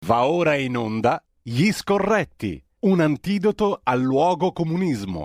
Va ora in onda Gli Scorretti, un antidoto al luogo comunismo.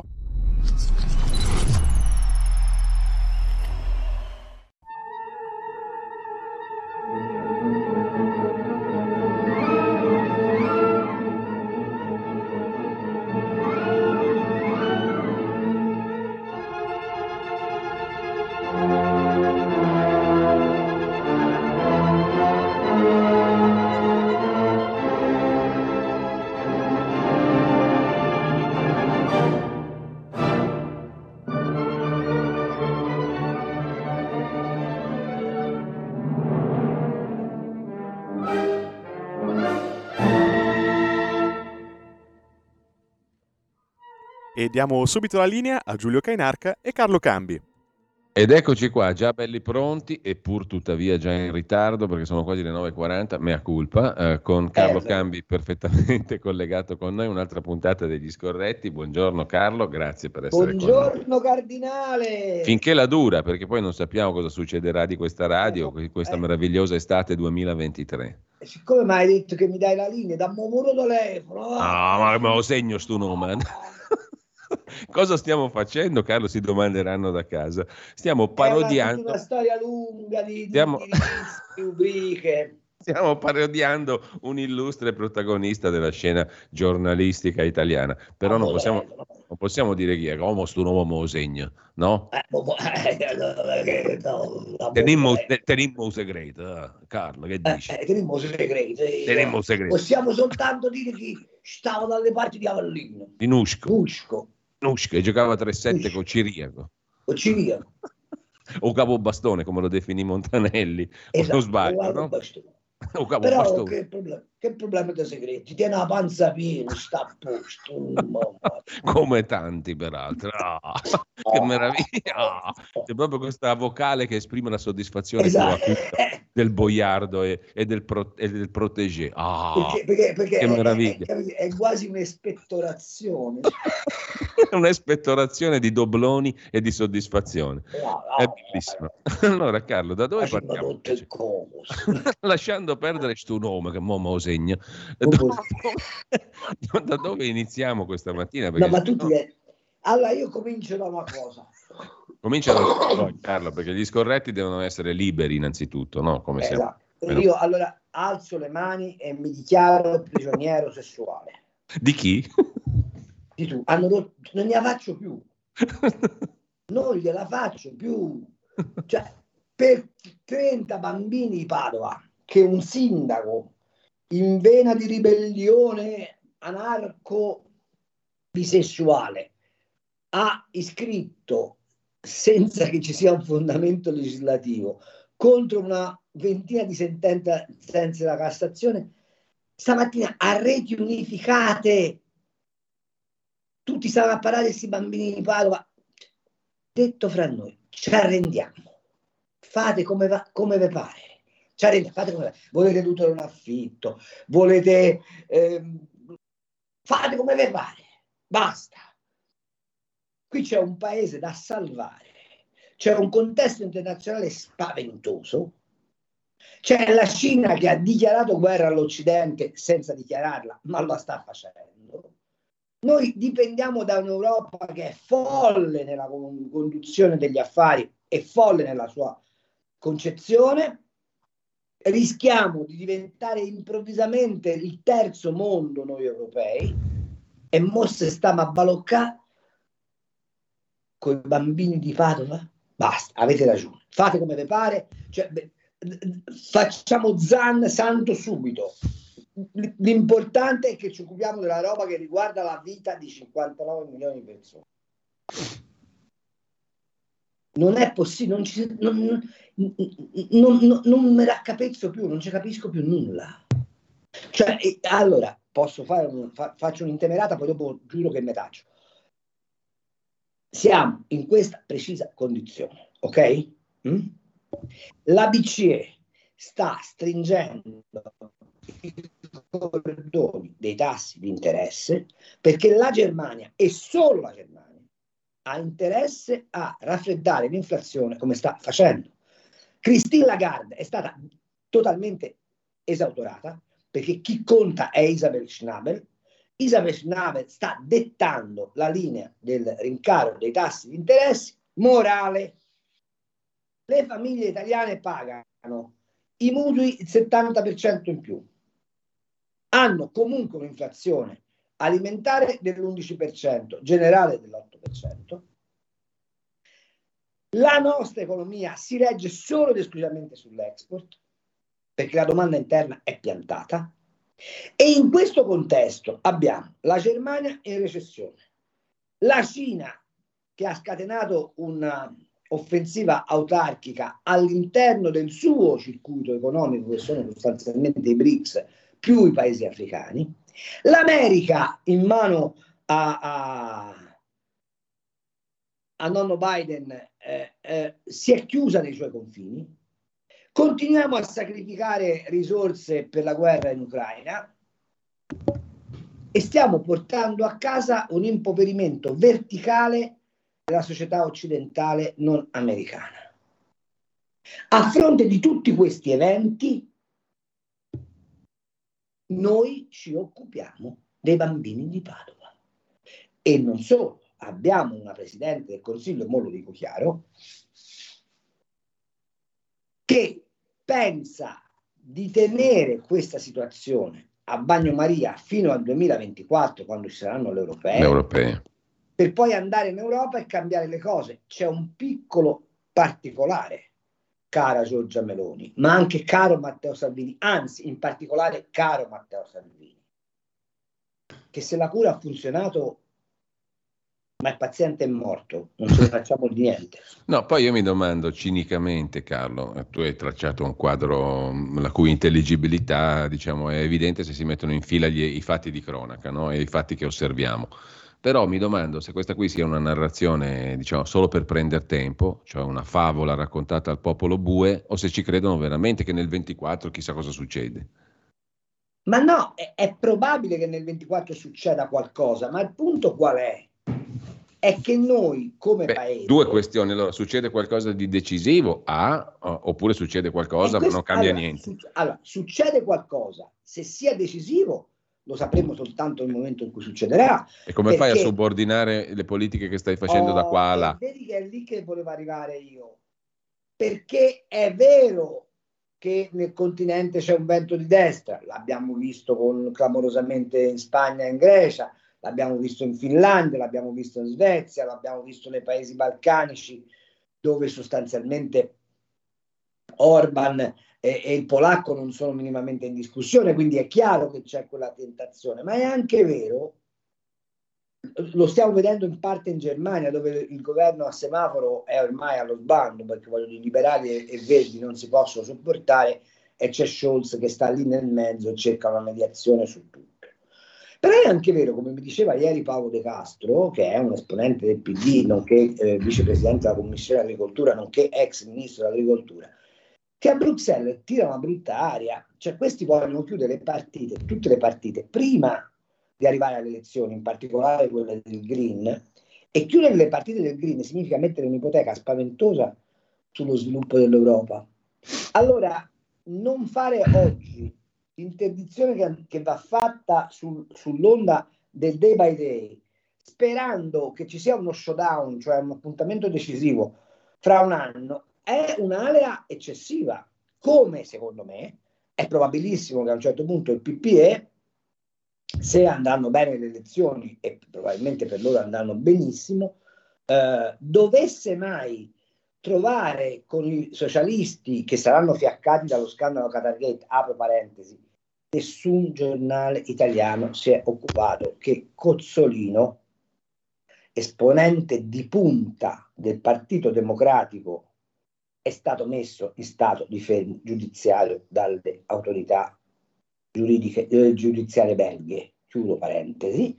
E diamo subito la linea a Giulio Cainarca e Carlo Cambi. Ed eccoci qua, già belli pronti e pur tuttavia già in ritardo perché sono quasi le 9:40, mea culpa, con Carlo Cambi perfettamente collegato con noi, un'altra puntata degli Scorretti. Buongiorno Carlo, grazie per essere con noi. Buongiorno Cardinale! Finché la dura, perché poi non sappiamo cosa succederà di questa radio, questa meravigliosa estate 2023. Siccome mi hai detto che mi dai la linea, dammi un muro telefono. Ma lo segno sto nome. Cosa stiamo facendo, Carlo? Si domanderanno da casa. Stiamo parodiando. È una storia lunga di rubriche. Stiamo parodiando un illustre protagonista della scena giornalistica italiana. Però non possiamo dire chi è. Come sto nome me lo segno, no? Tenimmo segreto, Carlo, che dici? Tenimmo segreto. Possiamo soltanto dire che stava dalle parti di Avellino. Di Nusco, che giocava 3-7 con Ciriaco. O Capobastone, come lo definì Montanelli. Esatto, non sbaglio, no? Però che problema di segreti? Tiene la panza piena, sta a posto. Come tanti peraltro. Che meraviglia! C'è proprio questa vocale che esprime la soddisfazione del boiardo e del protégé. Perché che meraviglia! È quasi un'espettorazione. Un'espettorazione di dobloni e di soddisfazione. È bellissimo. Allora Carlo, da dove partiamo? Lasciando perdere sto nome che mo me lo segno. Da dove iniziamo questa mattina? Allora io comincio da una cosa. Comincia da voi, Carlo, perché gli scorretti devono essere liberi innanzitutto, no? Come esatto. Io allora alzo le mani e mi dichiaro prigioniero sessuale. Di chi? Di tu. Non gliela faccio più. Non gliela faccio più. Cioè, per 30 bambini di Padova che un sindaco in vena di ribellione anarco-bisessuale ha iscritto senza che ci sia un fondamento legislativo contro una ventina di sentenze della Cassazione, stamattina a reti unificate tutti stavano a parlare di questi bambini di Padova. Detto fra noi, ci arrendiamo, fate come vi pare. Fate come volete tutto in affitto, volete fate come vi pare, basta. Qui c'è un paese da salvare, c'è un contesto internazionale spaventoso, c'è la Cina che ha dichiarato guerra all'Occidente senza dichiararla, ma lo sta facendo. Noi dipendiamo da un'Europa che è folle nella conduzione degli affari e folle nella sua concezione. Rischiamo di diventare improvvisamente il terzo mondo noi europei e mo se stiamo a baloccare con i bambini di Padova. Basta, avete ragione, fate come vi pare, cioè, facciamo Zan santo subito. L'importante è che ci occupiamo della roba che riguarda la vita di 59 milioni di persone. Non è possibile, non me la capisco più, non ci capisco più nulla. Cioè, allora, posso faccio un'intemerata, poi dopo giuro che me taccio. Siamo in questa precisa condizione, ok? La BCE sta stringendo i cordoni dei tassi di interesse perché la Germania, e solo la Germania, ha interesse a raffreddare l'inflazione come sta facendo. Christine Lagarde è stata totalmente esautorata perché chi conta è Isabel Schnabel. Isabel Schnabel sta dettando la linea del rincaro dei tassi di interesse morale. Le famiglie italiane pagano i mutui il 70% in più, hanno comunque un'inflazione alimentare dell'11%, generale dell'8%. La nostra economia si regge solo ed esclusivamente sull'export, perché la domanda interna è piantata, e in questo contesto abbiamo la Germania in recessione, la Cina che ha scatenato un'offensiva autarchica all'interno del suo circuito economico, che sono sostanzialmente i BRICS più i paesi africani, l'America in mano a nonno Biden si è chiusa nei suoi confini. Continuiamo a sacrificare risorse per la guerra in Ucraina e stiamo portando a casa un impoverimento verticale della società occidentale non americana. A fronte di tutti questi eventi, noi ci occupiamo dei bambini di Padova. E non solo, abbiamo una Presidente del Consiglio, mo lo dico chiaro, che pensa di tenere questa situazione a bagnomaria fino al 2024, quando ci saranno le europee, per poi andare in Europa e cambiare le cose. C'è un piccolo particolare, cara Giorgia Meloni, ma anche caro Matteo Salvini, anzi in particolare caro Matteo Salvini, che se la cura ha funzionato ma il paziente è morto, non ce ne facciamo di niente. No, poi io mi domando cinicamente, Carlo, tu hai tracciato un quadro la cui intelligibilità, diciamo, è evidente se si mettono in fila i fatti di cronaca, no? E i fatti che osserviamo. Però mi domando se questa qui sia una narrazione, diciamo, solo per prendere tempo, cioè una favola raccontata al popolo bue, o se ci credono veramente che nel 24 chissà cosa succede. Ma no, è probabile che nel 24 succeda qualcosa, ma il punto qual è? È che noi come paese... Due questioni, allora, succede qualcosa di decisivo oppure succede qualcosa ma non cambia niente? Allora, succede qualcosa, se sia decisivo lo sapremo soltanto nel momento in cui succederà. E come fai a subordinare le politiche che stai facendo da qua a là? Vedi che è lì che volevo arrivare io, perché è vero che nel continente c'è un vento di destra, l'abbiamo visto clamorosamente in Spagna e in Grecia, l'abbiamo visto in Finlandia, l'abbiamo visto in Svezia, l'abbiamo visto nei paesi balcanici, dove sostanzialmente Orban e il polacco non sono minimamente in discussione, quindi è chiaro che c'è quella tentazione, ma è anche vero, lo stiamo vedendo in parte in Germania, dove il governo a semaforo è ormai allo sbando, perché i liberali e verdi non si possono sopportare, e c'è Scholz che sta lì nel mezzo e cerca una mediazione su tutto. Però è anche vero, come mi diceva ieri Paolo De Castro, che è un esponente del PD, nonché vicepresidente della Commissione Agricoltura, nonché ex ministro dell'Agricoltura, che a Bruxelles tira una brutta aria. Cioè questi vogliono chiudere le partite, tutte le partite, prima di arrivare alle elezioni, in particolare quelle del Green, e chiudere le partite del Green significa mettere un'ipoteca spaventosa sullo sviluppo dell'Europa. Allora, non fare oggi l'interdizione che va fatta sull'onda del day by day, sperando che ci sia uno showdown, cioè un appuntamento decisivo fra un anno, è un'alea eccessiva. Come, secondo me, è probabilissimo che a un certo punto il PPE, se andranno bene le elezioni, e probabilmente per loro andranno benissimo, dovesse mai trovare con i socialisti che saranno fiaccati dallo scandalo Qatargate, apro parentesi, nessun giornale italiano si è occupato che Cozzolino, esponente di punta del Partito Democratico, è stato messo in stato di fermo giudiziario dalle autorità giudiziarie belghe, chiudo parentesi.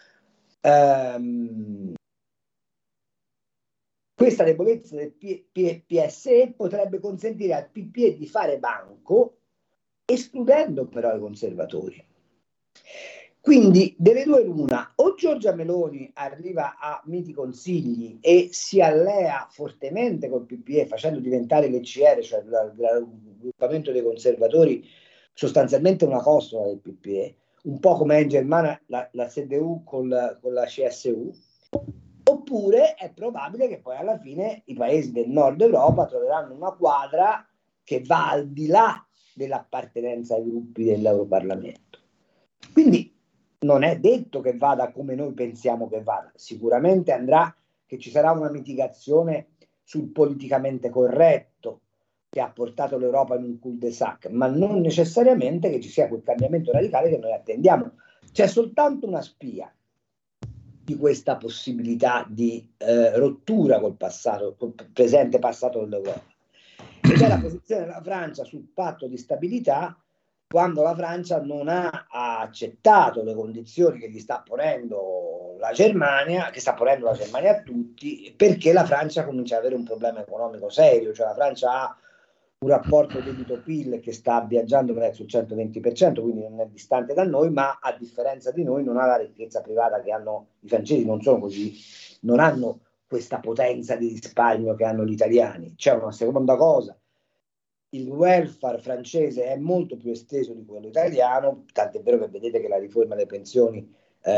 Questa debolezza del PSE potrebbe consentire al PPE di fare banco, escludendo però i conservatori. Quindi delle due l'una, o Giorgia Meloni arriva a miti consigli e si allea fortemente col PPE, facendo diventare l'ECR, cioè il raggruppamento dei conservatori, sostanzialmente una costola del PPE, un po' come è in Germania la CDU con la CSU, oppure è probabile che poi alla fine i paesi del nord Europa troveranno una quadra che va al di là dell'appartenenza ai gruppi dell'Europarlamento. Quindi non è detto che vada come noi pensiamo che vada, sicuramente andrà, che ci sarà una mitigazione sul politicamente corretto che ha portato l'Europa in un cul-de-sac, ma non necessariamente che ci sia quel cambiamento radicale che noi attendiamo. C'è soltanto una spia di questa possibilità di rottura col passato, col presente passato dell'Europa, ed è la posizione della Francia sul patto di stabilità, quando la Francia non ha accettato le condizioni che gli sta ponendo la Germania, che sta ponendo la Germania a tutti, perché la Francia comincia ad avere un problema economico serio, cioè la Francia ha un rapporto debito-PIL che sta viaggiando verso il 120%, quindi non è distante da noi, ma a differenza di noi non ha la ricchezza privata che hanno i francesi, non sono così, non hanno questa potenza di risparmio che hanno gli italiani. C'è una seconda cosa: il welfare francese è molto più esteso di quello italiano, tant'è vero che vedete che la riforma delle pensioni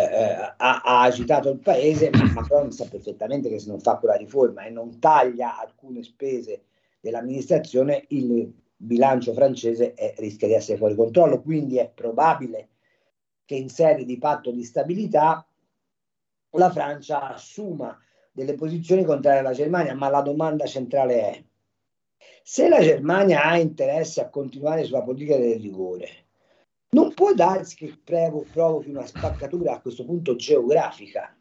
ha agitato il paese, ma Macron sa perfettamente che se non fa quella riforma e non taglia alcune spese dell'amministrazione, il bilancio francese rischia di essere fuori controllo. Quindi è probabile che in sede di patto di stabilità la Francia assuma delle posizioni contrarie alla Germania, ma la domanda centrale è: se la Germania ha interesse a continuare sulla politica del rigore, non può darsi che provochi una spaccatura a questo punto geografica,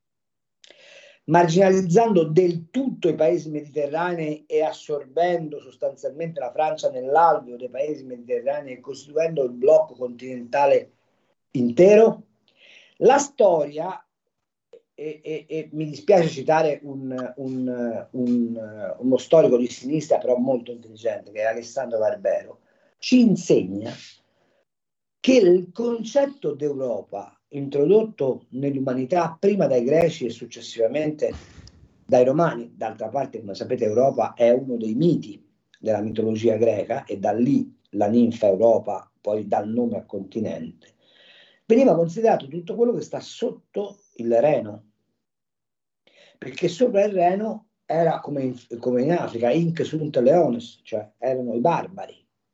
marginalizzando del tutto i paesi mediterranei e assorbendo sostanzialmente la Francia nell'alveo dei paesi mediterranei e costituendo il blocco continentale intero? La storia, e mi dispiace citare uno storico di sinistra però molto intelligente, che è Alessandro Barbero, ci insegna che il concetto d'Europa introdotto nell'umanità prima dai greci e successivamente dai romani, d'altra parte come sapete Europa è uno dei miti della mitologia greca e da lì la ninfa Europa poi dà il nome al continente, veniva considerato tutto quello che sta sotto il Reno, perché sopra il Reno era come in Africa, Inc sunt leones, cioè erano i barbari.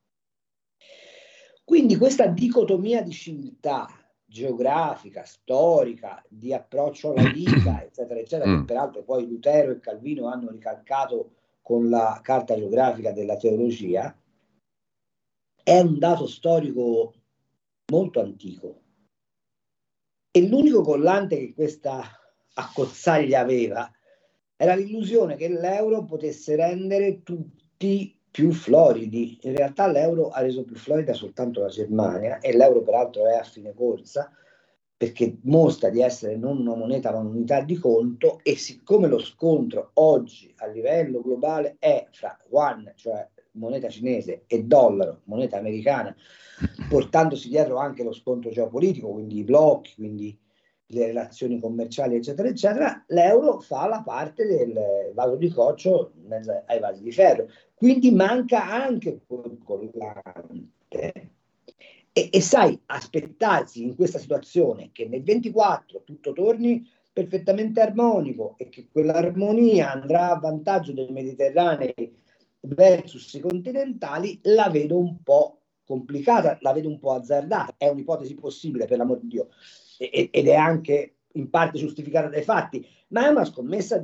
Quindi questa dicotomia di civiltà geografica, storica, di approccio alla vita, eccetera, eccetera, che peraltro poi Lutero e Calvino hanno ricalcato con la carta geografica della teologia, è un dato storico molto antico. E l'unico collante che questa accozzaglia aveva era l'illusione che l'euro potesse rendere tutti più floridi. In realtà l'euro ha reso più florida soltanto la Germania, e l'euro peraltro è a fine corsa, perché mostra di essere non una moneta ma un'unità di conto, e siccome lo scontro oggi a livello globale è fra yuan, cioè moneta cinese, e dollaro, moneta americana, portandosi dietro anche lo scontro geopolitico, quindi i blocchi, quindi le relazioni commerciali, eccetera, eccetera, l'euro fa la parte del vaso di coccio ai vasi di ferro. Quindi manca anche quel collante. E sai, aspettarsi in questa situazione che nel 24 tutto torni perfettamente armonico e che quell'armonia andrà a vantaggio dei mediterranei versus i continentali, la vedo un po' complicata, la vedo un po' azzardata. È un'ipotesi possibile, per l'amor di Dio, ed è anche in parte giustificata dai fatti, ma è una scommessa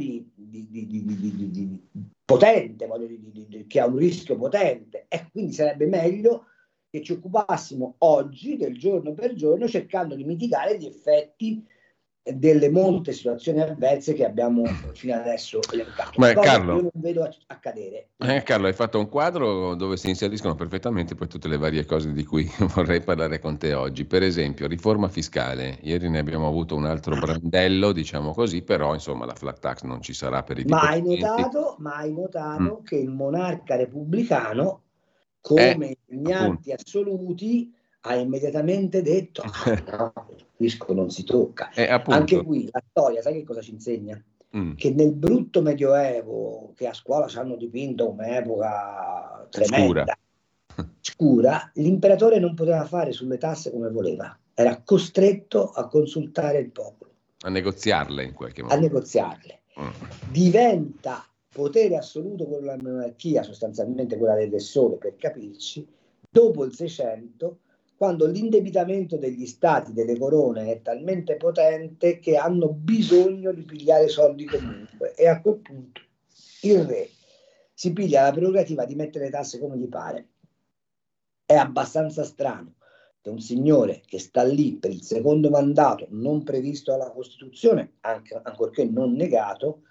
potente, che ha un rischio potente, e quindi sarebbe meglio che ci occupassimo oggi del giorno per giorno, cercando di mitigare gli effetti delle molte situazioni avverse che abbiamo fino adesso elencato. Beh, Carlo, io non vedo accadere. Carlo, hai fatto un quadro dove si inseriscono perfettamente poi tutte le varie cose di cui vorrei parlare con te oggi. Per esempio, riforma fiscale. Ieri ne abbiamo avuto un altro brandello, diciamo così, però insomma la flat tax non ci sarà per i dipendenti. Ma hai notato che il monarca repubblicano, come gli atti assoluti, ha immediatamente detto no, il fisco non si tocca. Anche qui la storia, sai che cosa ci insegna? Che nel brutto medioevo, che a scuola ci hanno dipinto un'epoca tremenda, scura, l'imperatore non poteva fare sulle tasse come voleva, era costretto a consultare il popolo, a negoziarle in qualche a modo. negoziarle. Diventa potere assoluto con la monarchia, sostanzialmente quella del Re Sole, per capirci, dopo il 600, quando l'indebitamento degli stati, delle corone, è talmente potente che hanno bisogno di pigliare soldi comunque, e a quel punto il re si piglia la prerogativa di mettere le tasse come gli pare. È abbastanza strano che un signore che sta lì per il secondo mandato, non previsto dalla Costituzione, ancorché non negato,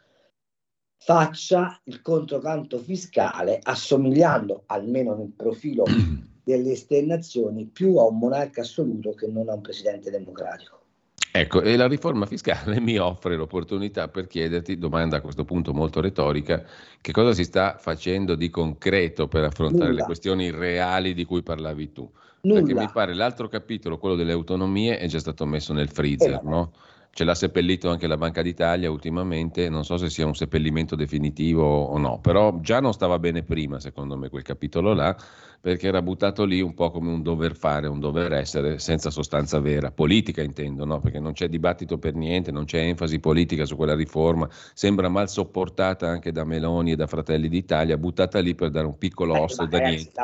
faccia il controcanto fiscale, assomigliando, almeno nel profilo delle esternazioni, più a un monarca assoluto che non a un presidente democratico. Ecco, e la riforma fiscale mi offre l'opportunità per chiederti, domanda a questo punto molto retorica, che cosa si sta facendo di concreto per affrontare le questioni reali di cui parlavi tu? Perché mi pare l'altro capitolo, quello delle autonomie, è già stato messo nel freezer, no? Ce l'ha seppellito anche la Banca d'Italia ultimamente, non so se sia un seppellimento definitivo o no, però già non stava bene prima, secondo me, quel capitolo là, perché era buttato lì un po' come un dover fare, un dover essere, senza sostanza vera, politica intendo, no? Perché non c'è dibattito per niente, non c'è enfasi politica su quella riforma, sembra mal sopportata anche da Meloni e da Fratelli d'Italia, buttata lì per dare un piccolo osso da ragazzi, niente.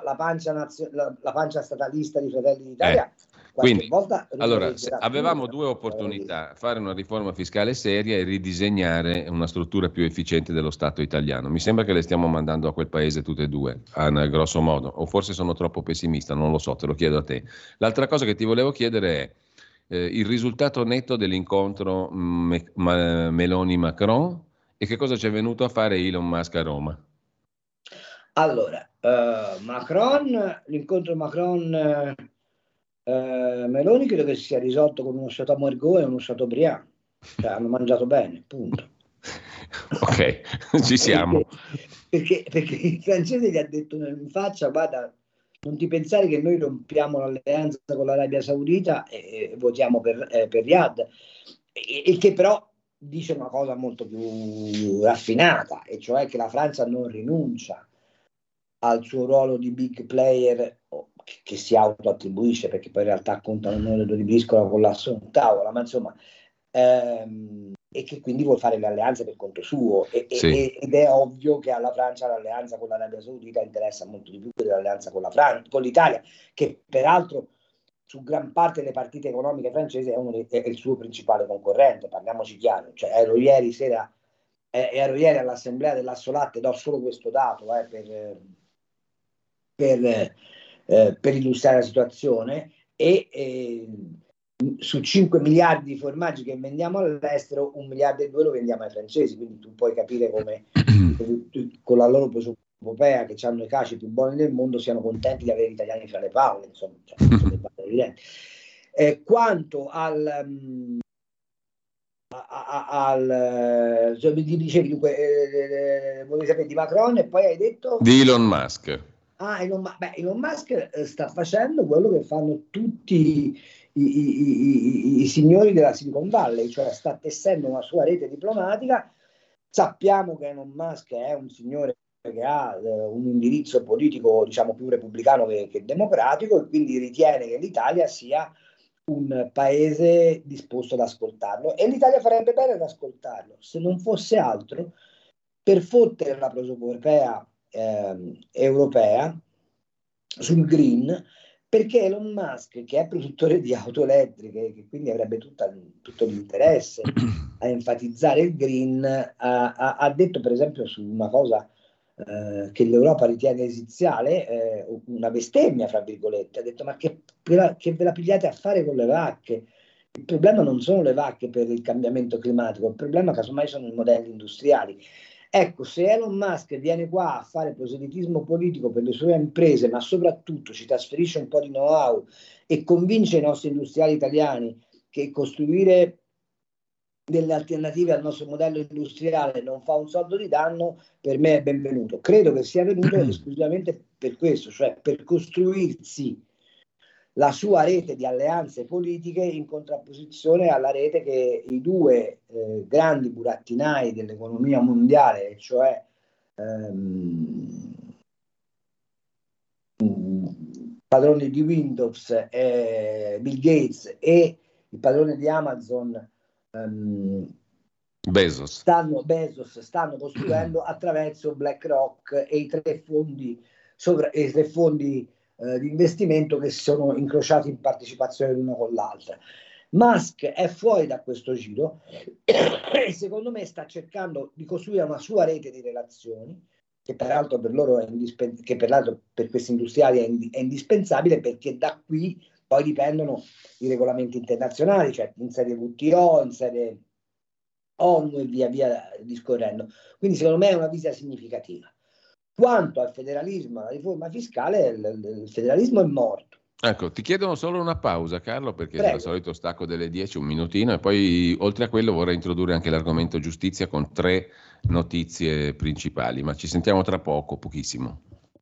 La pancia statalista di Fratelli d'Italia quindi, allora, avevamo due opportunità: fare una riforma fiscale seria e ridisegnare una struttura più efficiente dello Stato italiano. Mi sembra che le stiamo mandando a quel paese tutte e due, grosso modo, o forse sono troppo pessimista, non lo so, te lo chiedo a te. L'altra cosa che ti volevo chiedere è il risultato netto dell'incontro Meloni-Macron e che cosa ci è venuto a fare Elon Musk a Roma. Allora, l'incontro Macron-Meloni credo che sia risolto con uno Chateau e uno Chateaubriand, cioè hanno mangiato bene, punto. Ok, ci siamo. Perché il francese gli ha detto in faccia: guarda, non ti pensare che noi rompiamo l'alleanza con l'Arabia Saudita e votiamo per Riyadh, e che però dice una cosa molto più raffinata, e cioè che la Francia non rinuncia al suo ruolo di big player che si autoattribuisce, perché poi in realtà contano un nodo di briscola con l'asso in tavola, ma insomma, e che quindi vuol fare le alleanze per conto suo, ed è ovvio che alla Francia l'alleanza con l'Arabia Saudita interessa molto di più dell'alleanza con l'Italia, che peraltro su gran parte delle partite economiche francesi è il suo principale concorrente, parliamoci chiaro. Cioè, ero ieri all'assemblea dell'Assolatte, do solo questo dato per illustrare la situazione, e su 5 miliardi di formaggi che vendiamo all'estero, 1,2 miliardi lo vendiamo ai francesi, quindi tu puoi capire come con la loro prosopopea, che hanno i caci più buoni del mondo, siano contenti di avere gli italiani fra le palle, insomma, è evidente. Quanto dicevi dunque, volevi sapere di Macron e poi hai detto di Elon Musk. Elon Musk sta facendo quello che fanno tutti i signori della Silicon Valley, cioè sta tessendo una sua rete diplomatica. Sappiamo che Elon Musk è un signore che ha un indirizzo politico, diciamo, più repubblicano che democratico, e quindi ritiene che l'Italia sia un paese disposto ad ascoltarlo, e l'Italia farebbe bene ad ascoltarlo, se non fosse altro per fottere la prosopopea europea sul green, perché Elon Musk, che è produttore di auto elettriche, che quindi avrebbe tutto l'interesse a enfatizzare il green, ha detto per esempio su una cosa che l'Europa ritiene esiziale, una bestemmia fra virgolette, ha detto: ma che ve la pigliate a fare con le vacche? Il problema non sono le vacche per il cambiamento climatico, il problema casomai sono i modelli industriali. Ecco, se Elon Musk viene qua a fare proselitismo politico per le sue imprese, ma soprattutto ci trasferisce un po' di know-how e convince i nostri industriali italiani che costruire delle alternative al nostro modello industriale non fa un soldo di danno, per me è benvenuto. Credo che sia venuto esclusivamente per questo, cioè per costruirsi la sua rete di alleanze politiche in contrapposizione alla rete che i due grandi burattinai dell'economia mondiale, cioè padrone di Windows, Bill Gates, e il padrone di Amazon, Bezos, stanno costruendo attraverso BlackRock e i tre fondi di investimento che si sono incrociati in partecipazione l'uno con l'altra. Musk è fuori da questo giro e secondo me sta cercando di costruire una sua rete di relazioni, che peraltro per loro che peraltro per questi industriali è indispensabile, perché da qui poi dipendono i regolamenti internazionali, cioè in sede WTO, in sede ONU e via via discorrendo. Quindi secondo me è una visita significativa. Quanto al federalismo, alla riforma fiscale, il federalismo è morto. Ecco, ti chiedo solo una pausa, Carlo, perché Prego. al solito stacco delle 10, un minutino, e poi oltre a quello vorrei introdurre anche l'argomento giustizia con 3 notizie principali, ma ci sentiamo tra poco, pochissimo.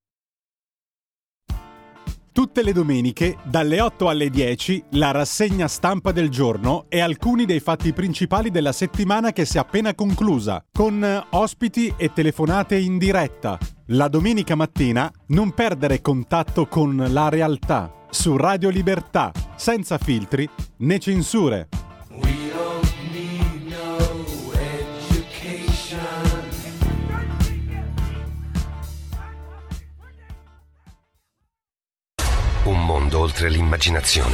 Tutte le domeniche, dalle 8 alle 10, la rassegna stampa del giorno e alcuni dei fatti principali della settimana che si è appena conclusa, con ospiti e telefonate in diretta. La domenica mattina non perdere contatto con la realtà, su Radio Libertà, senza filtri né censure. Un mondo oltre l'immaginazione.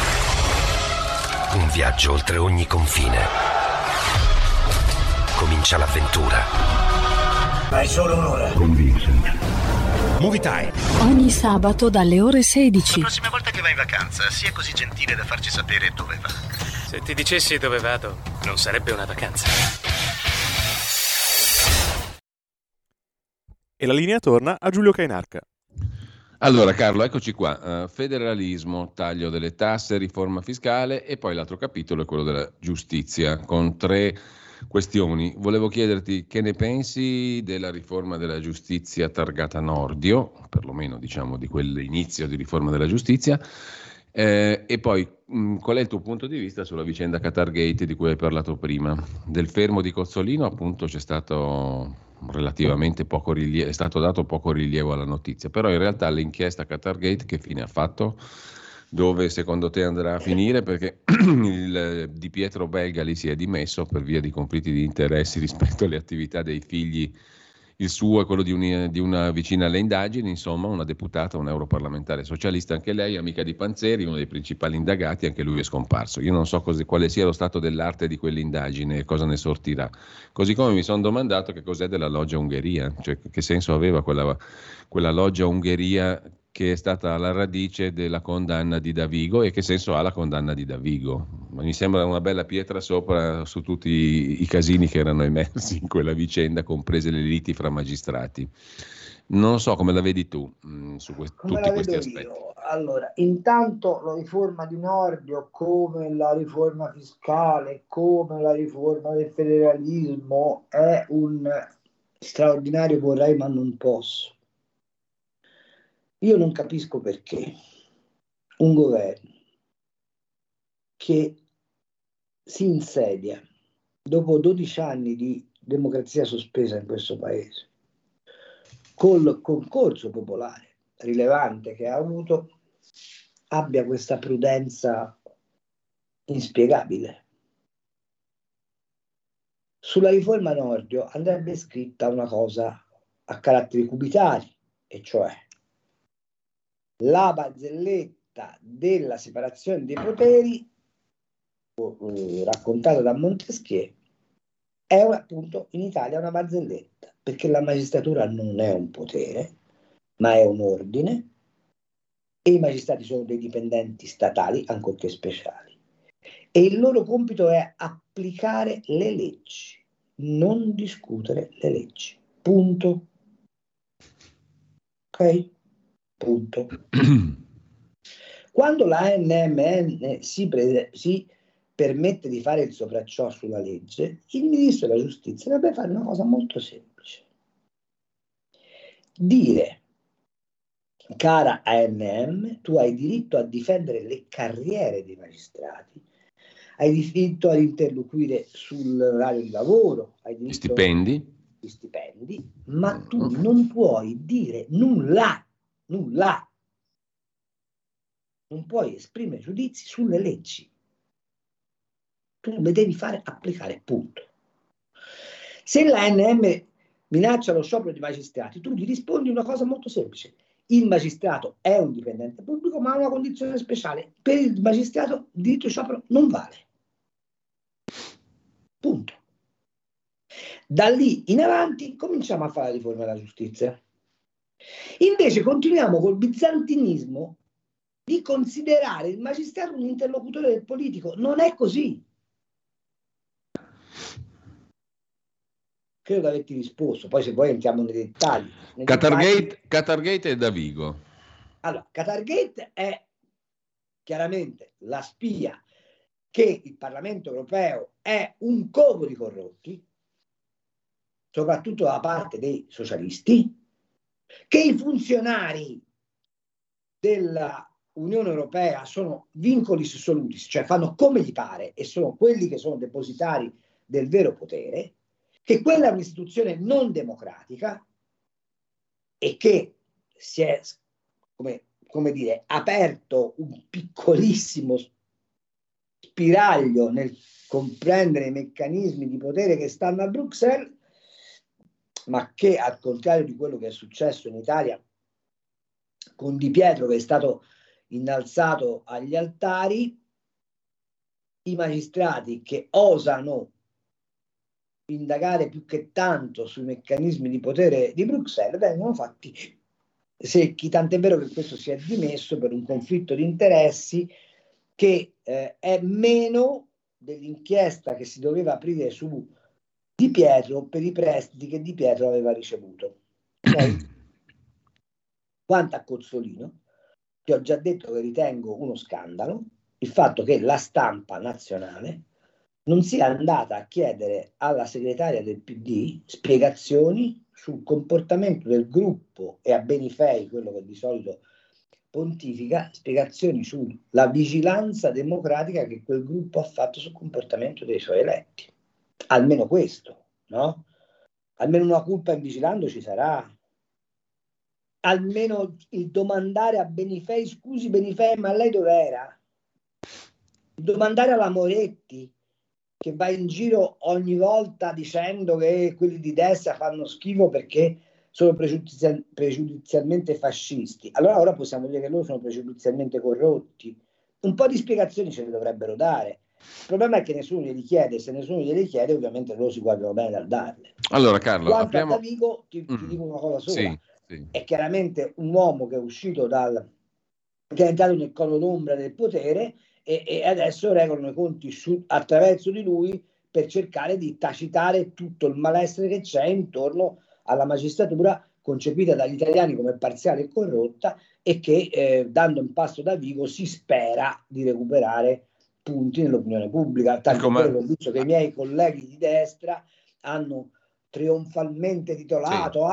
Un viaggio oltre ogni confine. Comincia l'avventura. Hai solo un'ora. Con Vincent. Movie Time. Ogni sabato dalle ore 16. La prossima volta che vai in vacanza, sia così gentile da farci sapere dove va. Se ti dicessi dove vado, non sarebbe una vacanza. E la linea torna a Giulio Cainarca. Allora Carlo, eccoci qua, federalismo, taglio delle tasse, riforma fiscale e poi l'altro capitolo è quello della giustizia, con 3 questioni. Volevo chiederti che ne pensi della riforma della giustizia targata Nordio, perlomeno diciamo di quell'inizio di riforma della giustizia, e poi qual è il tuo punto di vista sulla vicenda Qatargate di cui hai parlato prima. Del fermo di Cozzolino appunto c'è stato relativamente poco rilievo, è stato dato poco rilievo alla notizia, però in realtà l'inchiesta Qatargate che fine ha fatto? Dove secondo te andrà a finire? Perché il Di Pietro belga lì si è dimesso per via di conflitti di interessi rispetto alle attività dei figli. Il suo è quello di una vicina alle indagini, insomma una deputata, un europarlamentare socialista, anche lei amica di Panzeri, uno dei principali indagati, anche lui è scomparso. Io non so quale sia lo stato dell'arte di quell'indagine e cosa ne sortirà. Così come mi sono domandato che cos'è della loggia Ungheria, cioè che senso aveva quella loggia Ungheria che è stata alla radice della condanna di Davigo e che senso ha la condanna di Davigo. Mi sembra una bella pietra sopra su tutti i casini che erano emersi in quella vicenda, comprese le liti fra magistrati. Non so come la vedi tu su tutti questi aspetti. Io? Allora, intanto la riforma di Nordio, come la riforma fiscale, come la riforma del federalismo, è un straordinario vorrei ma non posso. Io non capisco perché un governo che si insedia dopo 12 anni di democrazia sospesa in questo paese, col concorso popolare rilevante che ha avuto, abbia questa prudenza inspiegabile. Sulla riforma Nordio andrebbe scritta una cosa a caratteri cubitali, e cioè la barzelletta della separazione dei poteri raccontata da Montesquieu è appunto in Italia una barzelletta, perché la magistratura non è un potere ma è un ordine e i magistrati sono dei dipendenti statali ancorché speciali e il loro compito è applicare le leggi, non discutere le leggi, punto. Ok? Punto. Quando la ANMN si permette di fare il sopracciò sulla legge, il ministro della giustizia dovrebbe fare una cosa molto semplice: dire, cara ANM, tu hai diritto a difendere le carriere dei magistrati, hai diritto ad interloquire sull'orario di lavoro, hai diritto gli stipendi, ma tu non puoi dire nulla non puoi esprimere giudizi sulle leggi. Tu le devi fare applicare, punto. Se l'ANM minaccia lo sciopero dei magistrati, tu gli rispondi una cosa molto semplice. Il magistrato è un dipendente pubblico, ma ha una condizione speciale. Per il magistrato il diritto di sciopero non vale. Punto. Da lì in avanti cominciamo a fare la riforma della giustizia. Invece continuiamo col bizantinismo di considerare il magistrato un interlocutore del politico. Non è così. Credo di averti risposto, poi se vuoi entriamo nei dettagli. Qatargate è Davigo. Allora, Qatargate è chiaramente la spia che il Parlamento europeo è un covo di corrotti, soprattutto da parte dei socialisti, che i funzionari della Unione Europea sono vincolis solutis, cioè fanno come gli pare e sono quelli che sono depositari del vero potere, che quella è un'istituzione non democratica e che si è, come dire, aperto un piccolissimo spiraglio nel comprendere i meccanismi di potere che stanno a Bruxelles, ma che al contrario di quello che è successo in Italia con Di Pietro, che è stato innalzato agli altari, i magistrati che osano indagare più che tanto sui meccanismi di potere di Bruxelles vengono fatti secchi, tant'è vero che questo si è dimesso per un conflitto di interessi che è meno dell'inchiesta che si doveva aprire su Di Pietro per i prestiti che Di Pietro aveva ricevuto. Quanto a Cozzolino, ti ho già detto che ritengo uno scandalo il fatto che la stampa nazionale non sia andata a chiedere alla segretaria del PD spiegazioni sul comportamento del gruppo e a Benifei, quello che di solito pontifica, spiegazioni sulla vigilanza democratica che quel gruppo ha fatto sul comportamento dei suoi eletti. Almeno questo, no? Almeno una colpa in vigilando ci sarà. Almeno il domandare a Benifei, scusi Benifei, ma lei dov'era? Il domandare alla Moretti, che va in giro ogni volta dicendo che quelli di destra fanno schifo perché sono pregiudizialmente fascisti. Allora ora possiamo dire che loro sono pregiudizialmente corrotti. Un po' di spiegazioni ce le dovrebbero dare. Il problema è che nessuno glieli chiede, se nessuno glieli chiede ovviamente loro si guardano bene dal darle. Allora Carlo, quanto a Davigo ti dico una cosa sola. Sì. È chiaramente un uomo che è uscito che è entrato nel cono d'ombra del potere e adesso regolano i conti attraverso di lui per cercare di tacitare tutto il malessere che c'è intorno alla magistratura concepita dagli italiani come parziale e corrotta e che dando un passo da Vigo si spera di recuperare punti nell'opinione pubblica. Tanto che ho visto che i miei colleghi di destra hanno trionfalmente titolato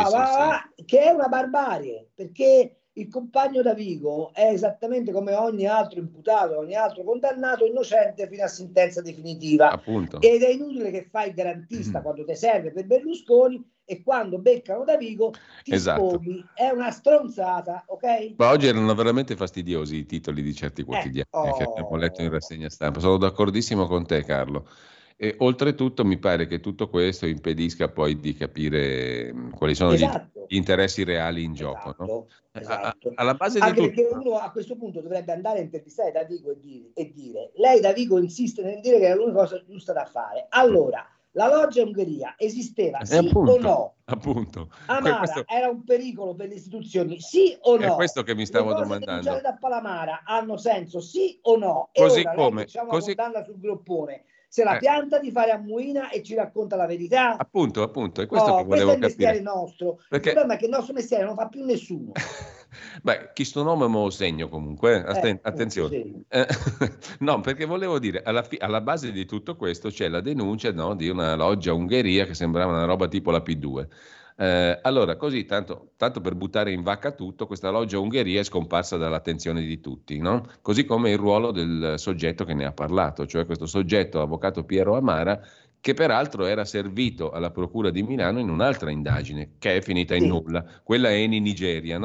che è una barbarie, perché il compagno Davigo è esattamente come ogni altro imputato, ogni altro condannato innocente fino a sentenza definitiva. Appunto. Ed è inutile che fai il garantista quando ti serve per Berlusconi e quando beccano Davigo ti sfoghi. È una stronzata, ok? Ma oggi erano veramente fastidiosi i titoli di certi quotidiani che abbiamo letto in rassegna stampa. Sono d'accordissimo con te, Carlo. E oltretutto mi pare che tutto questo impedisca poi di capire quali sono gli interessi reali in gioco. No? Esatto. Alla base anche di perché uno a questo punto dovrebbe andare a intervistare Davigo e dire lei Davigo insiste nel dire che è l'unica cosa giusta da fare. Allora, la loggia Ungheria esisteva sì appunto, o no? Appunto. Amara era un pericolo per le istituzioni sì o no? È questo che mi stavo domandando. Le da Palamara hanno senso sì o no? Così e ora come lei facciamo una condanna sul groppone. Se la pianta di fare a Muina e ci racconta la verità. Appunto, è questo che volevo capire. Questo è il mestiere nostro. Perché... Il problema è che il nostro mestiere non fa più nessuno. Beh, chi sto nome me lo segno comunque, attenzione. Sì. No, perché volevo dire, alla base di tutto questo c'è la denuncia, no, di una loggia Ungheria che sembrava una roba tipo la P2. Allora, così, tanto per buttare in vacca tutto, questa loggia Ungheria è scomparsa dall'attenzione di tutti, no? Così come il ruolo del soggetto che ne ha parlato, cioè questo soggetto, avvocato Piero Amara, che peraltro era servito alla Procura di Milano in un'altra indagine, che è finita in nulla, quella Eni Nigeria, no?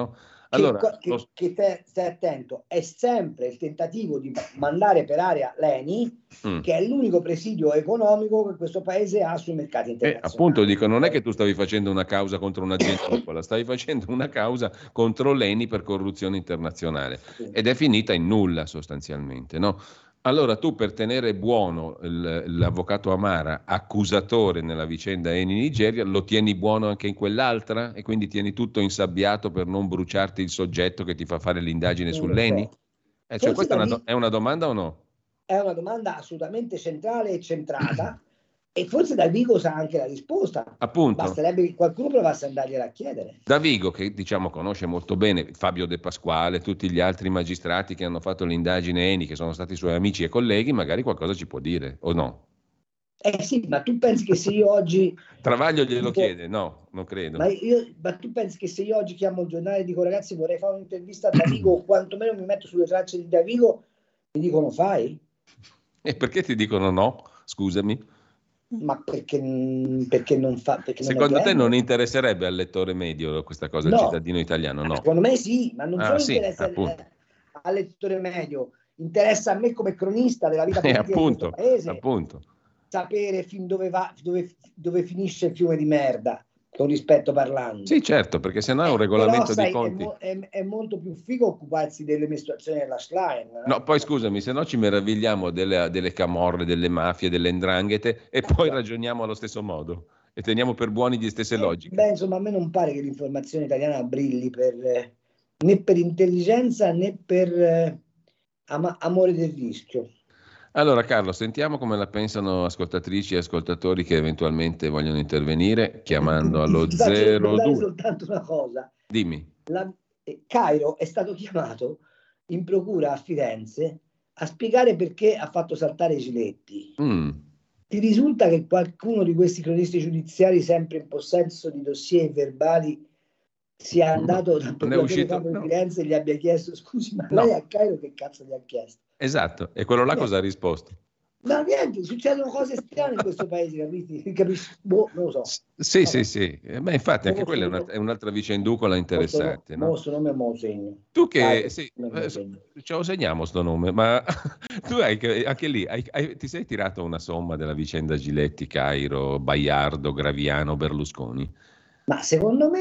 Allora, stai attento, è sempre il tentativo di mandare per aria l'ENI, che è l'unico presidio economico che questo paese ha sui mercati internazionali. Appunto, dico, non è che tu stavi facendo una causa contro un'azienda piccola, stavi facendo una causa contro l'ENI per corruzione internazionale, ed è finita in nulla sostanzialmente, no? Allora tu, per tenere buono l'avvocato Amara, accusatore nella vicenda Eni Nigeria, lo tieni buono anche in quell'altra e quindi tieni tutto insabbiato per non bruciarti il soggetto che ti fa fare l'indagine sull'Eni? Cioè, questa è una domanda o no? È una domanda assolutamente centrale e centrata, e forse Davigo sa anche la risposta. Appunto. Basterebbe che qualcuno provasse ad andargliela a chiedere. Davigo, che diciamo conosce molto bene Fabio De Pasquale, tutti gli altri magistrati che hanno fatto l'indagine Eni, che sono stati suoi amici e colleghi, magari qualcosa ci può dire, o no? Sì, ma tu pensi che se io oggi... Travaglio glielo chiede? No, non credo. Ma tu pensi che se io oggi chiamo il giornale e dico ragazzi vorrei fare un'intervista a Davigo o quantomeno mi metto sulle tracce di Davigo, mi dicono fai? E perché ti dicono no? Scusami. Ma perché non fa? Perché secondo te non interesserebbe al lettore medio questa cosa, al cittadino italiano? No. Secondo me sì, ma non solo interessa al lettore medio, interessa a me come cronista della vita politica di questo paese sapere fin dove va, dove finisce il fiume di merda, con rispetto parlando. Sì, certo, perché sennò è un regolamento di conti. È molto più figo occuparsi delle mestruazioni della Schlein. No, poi scusami, se no ci meravigliamo delle camorre, delle mafie, delle 'ndranghete e poi ragioniamo allo stesso modo e teniamo per buoni di stesse logiche. Beh, insomma, a me non pare che l'informazione italiana brilli né per intelligenza né per amore del rischio. Allora Carlo, sentiamo come la pensano ascoltatrici e ascoltatori che eventualmente vogliono intervenire chiamando allo 02. Ricordare soltanto una cosa. Dimmi. Cairo è stato chiamato in procura a Firenze a spiegare perché ha fatto saltare i Giletti. Ti risulta che qualcuno di questi cronisti giudiziari, sempre in possesso di dossier verbali, sia andato dal procuratore capo di Firenze e gli abbia chiesto scusi, ma lei a Cairo che cazzo gli ha chiesto? Esatto, e quello là cosa ha risposto? No, niente, succedono cose strane in questo paese, capisci? Non lo so. Sì. Beh, infatti anche quella è un'altra vicenducola interessante. Questo nome me lo segno. Tu che ce lo segniamo sto nome, ma tu anche lì ti sei tirato una somma della vicenda Giletti, Cairo, Baiardo, Graviano, Berlusconi? Ma secondo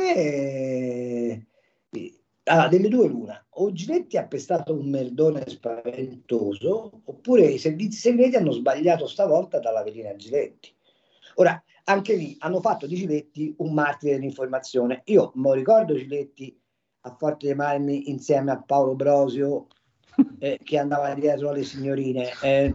me delle due l'una, o Giletti ha pestato un merdone spaventoso oppure i servizi segreti hanno sbagliato stavolta dalla velina Giletti. Ora, anche lì hanno fatto di Giletti un martire dell'informazione. Io me lo ricordo Giletti a Forte dei Marmi insieme a Paolo Brosio che andava dietro alle signorine.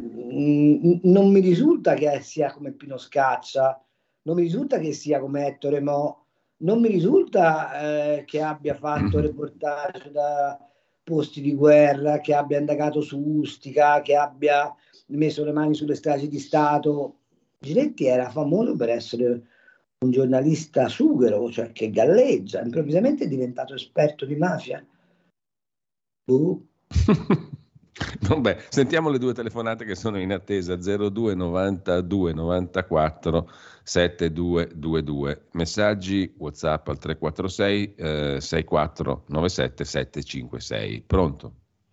Non mi risulta che sia come Pino Scaccia, non mi risulta che sia come Ettore Mo, non mi risulta che abbia fatto reportage da posti di guerra, che abbia indagato su Ustica, che abbia messo le mani sulle stragi di Stato. Giletti era famoso per essere un giornalista sughero, cioè che galleggia, improvvisamente è diventato esperto di mafia. Vabbè, sentiamo le due telefonate che sono in attesa. 02 92 94 7222. Messaggi WhatsApp al 346 6497 756. Pronto?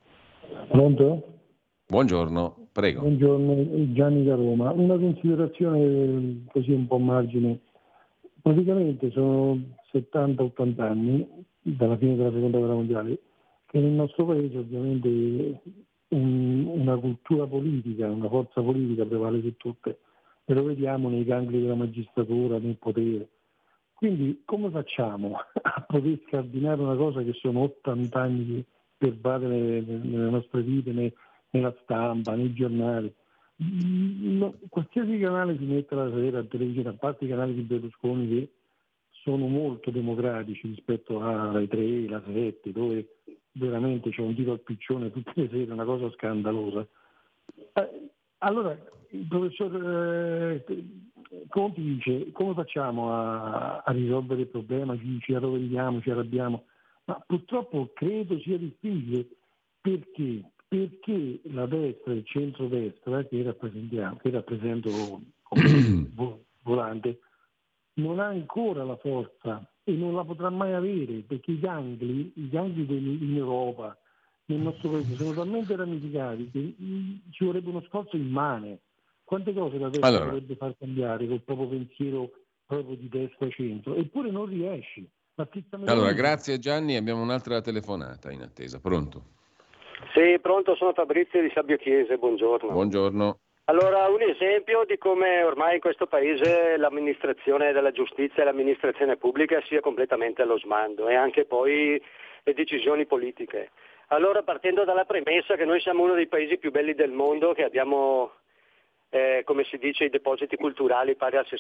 Buongiorno, prego. Buongiorno, Gianni da Roma. Una considerazione così un po' margine. Praticamente sono 70-80 anni dalla fine della seconda guerra mondiale che nel nostro paese ovviamente una cultura politica, una forza politica prevale su tutte, e lo vediamo nei gangli della magistratura, nel potere. Quindi come facciamo a poter scardinare una cosa che sono 80 anni di verbale nelle nostre vite, nella stampa, nei giornali? Qualsiasi canale si mette la sera a televisione, a parte i canali di Berlusconi che sono molto democratici rispetto a Rai 3, la 7, dove veramente c'è un tiro al piccione tutte le sere, una cosa scandalosa. Allora il professor Conti dice come facciamo a risolvere il problema, ci arrovelliamo, ci arrabbiamo, ma purtroppo credo sia difficile perché la destra e il centrodestra che rappresento come volante non ha ancora la forza e non la potrà mai avere, perché i gangli in Europa, nel nostro paese, sono talmente ramificati che ci vorrebbe uno sforzo immane. Quante cose la destra dovrebbe far cambiare col proprio pensiero proprio di destra centro, eppure non riesci. Allora, grazie Gianni, abbiamo un'altra telefonata in attesa. Pronto? Sì, pronto, sono Fabrizio di Sabbio Chiese, buongiorno. Buongiorno. Allora, un esempio di come ormai in questo paese l'amministrazione della giustizia e l'amministrazione pubblica sia completamente allo sbando, e anche poi le decisioni politiche. Allora, partendo dalla premessa che noi siamo uno dei paesi più belli del mondo, che abbiamo, come si dice, i depositi culturali pari al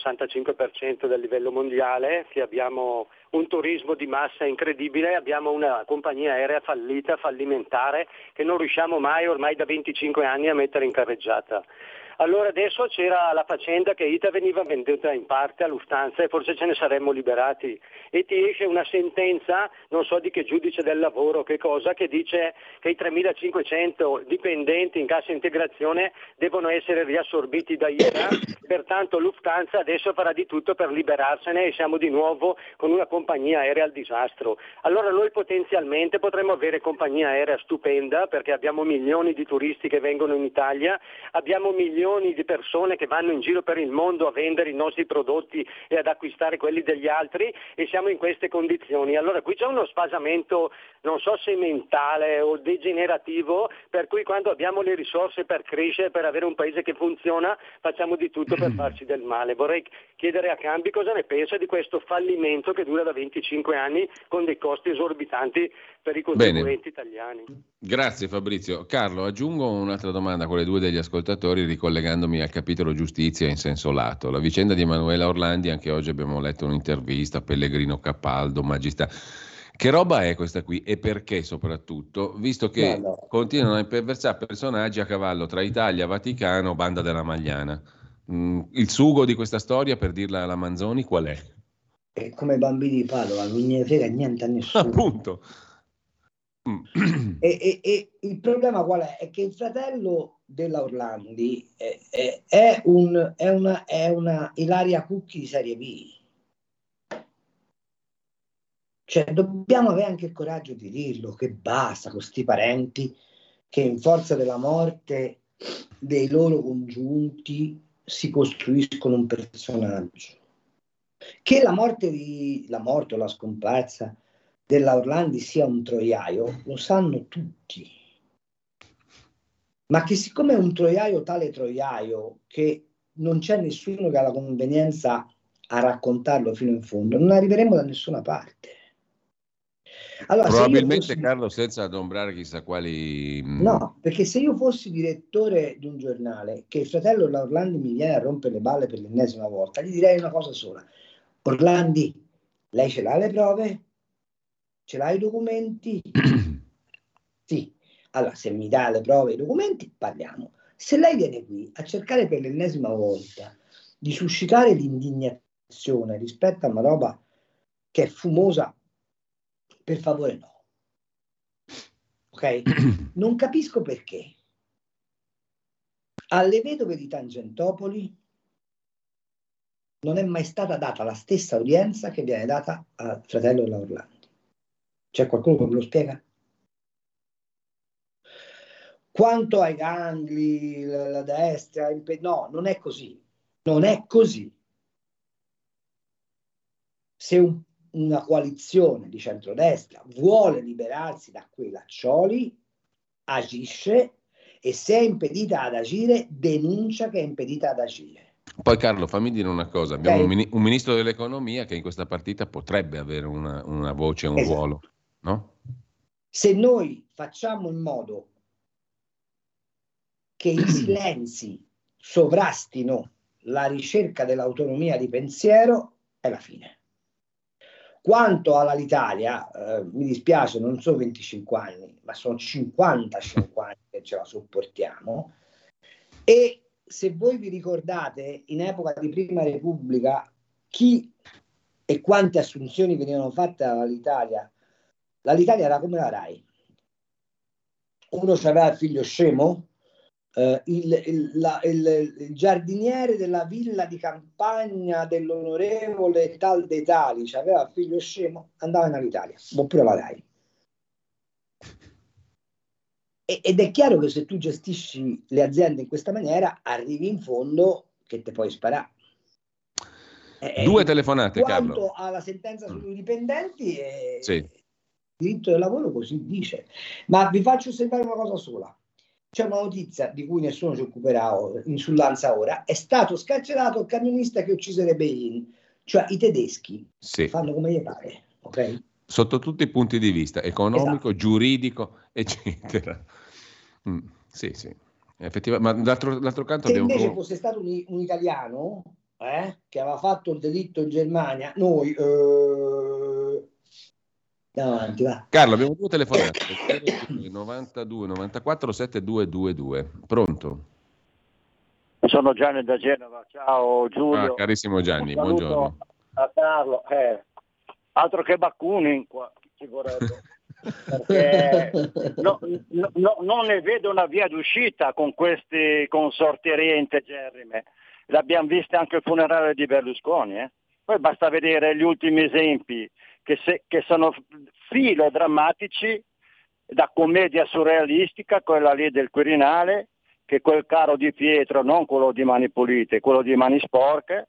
65% del livello mondiale, che abbiamo un turismo di massa incredibile, abbiamo una compagnia aerea fallita, fallimentare, che non riusciamo mai ormai da 25 anni a mettere in carreggiata. Allora adesso c'era la faccenda che ITA veniva venduta in parte a Lufthansa e forse ce ne saremmo liberati, e ti esce una sentenza, non so di che giudice del lavoro, che cosa, che dice che i 3.500 dipendenti in cassa integrazione devono essere riassorbiti da ITA, pertanto Lufthansa adesso farà di tutto per liberarsene e siamo di nuovo con una compagnia aerea al disastro. Allora noi potenzialmente potremmo avere compagnia aerea stupenda, perché abbiamo milioni di turisti che vengono in Italia, abbiamo milioni di persone che vanno in giro per il mondo a vendere i nostri prodotti e ad acquistare quelli degli altri, e siamo in queste condizioni. Allora qui c'è uno sfasamento, non so se mentale o degenerativo, per cui quando abbiamo le risorse per crescere, per avere un paese che funziona, facciamo di tutto per farci del male. Vorrei chiedere a Cambi cosa ne pensa di questo fallimento che dura da 25 anni con dei costi esorbitanti per i contribuenti italiani. Grazie Fabrizio. Carlo, aggiungo un'altra domanda con le due degli ascoltatori, ricollegandomi al capitolo giustizia in senso lato. La vicenda di Emanuela Orlandi, anche oggi abbiamo letto un'intervista, Pellegrino Capaldo, magistrato. Che roba è questa qui e perché soprattutto, visto che continuano a imperversare personaggi a cavallo tra Italia, Vaticano, Banda della Magliana. Il sugo di questa storia, per dirla alla Manzoni, qual è? È come i bambini di Padova, non gliene frega niente a nessuno. Appunto. E il problema qual è? È che il fratello della Orlandi è una Ilaria Cucchi di serie B. Cioè, dobbiamo avere anche il coraggio di dirlo, che basta con questi parenti che in forza della morte dei loro congiunti si costruiscono un personaggio. Che la morte o la scomparsa della Orlandi sia un troiaio, lo sanno tutti. Ma che siccome è un troiaio tale troiaio che non c'è nessuno che ha la convenienza a raccontarlo fino in fondo, non arriveremo da nessuna parte. Allora, probabilmente Carlo, senza adombrare chissà quali... No, perché se io fossi direttore di un giornale che il fratello Orlandi mi viene a rompere le balle per l'ennesima volta, gli direi una cosa sola: Orlandi, lei ce l'ha le prove? Ce l'ha i documenti? Sì. Allora, se mi dà le prove e i documenti, parliamo. Se lei viene qui a cercare per l'ennesima volta di suscitare l'indignazione rispetto a una roba che è fumosa, per favore no. Ok? Non capisco perché alle vedove di Tangentopoli non è mai stata data la stessa udienza che viene data al fratello della Orlandi. C'è qualcuno che me lo spiega? Quanto ai gangli, la destra, no, non è così. Non è così. Se una coalizione di centrodestra vuole liberarsi da quei laccioli, agisce, e se è impedita ad agire, denuncia che è impedita ad agire. Poi Carlo, fammi dire una cosa, abbiamo un ministro dell'economia che in questa partita potrebbe avere una voce, un ruolo, no? Se noi facciamo in modo che i silenzi sovrastino la ricerca dell'autonomia di pensiero, è la fine. Quanto all'Italia, mi dispiace, non sono 25 anni, ma sono 55 anni che ce la sopportiamo. E se voi vi ricordate, in epoca di Prima Repubblica, chi e quante assunzioni venivano fatte all'Italia? L'Italia era come la RAI. Uno c'aveva il figlio scemo, il giardiniere della villa di campagna dell'onorevole tal dei tali, aveva figlio scemo, andava in Alitalia, oppure la Rai. Ed è chiaro che se tu gestisci le aziende in questa maniera, arrivi in fondo che te puoi sparare. 2 telefonate, Carlo. Quanto alla sentenza sui dipendenti, sì. Il diritto del lavoro così dice. Ma vi faccio osservare una cosa sola. C'è una notizia di cui nessuno si occuperà sull'Ansa ora. È stato scarcerato il camionista che uccise Rebellin. Cioè i tedeschi fanno come gli pare, ok? Sotto tutti i punti di vista, economico, giuridico, eccetera. Sì. Effettivamente, ma d'altro canto se invece fosse stato un italiano che aveva fatto il delitto in Germania, noi davanti, va. Carlo, abbiamo 2 telefonate 92 94 7222. Pronto? Sono Gianni da Genova. Ciao Giulio. Carissimo Gianni, buongiorno. A Carlo. Altro che Bakunin qua ci vorrebbe. Perché non ne vedo una via d'uscita con questi consorterie integerrime. L'abbiamo vista anche al funerale di Berlusconi. Poi basta vedere gli ultimi esempi che sono filodrammatici, da commedia surrealistica, quella lì del Quirinale, che quel caro Di Pietro, non quello di Mani Pulite, quello di Mani Sporche,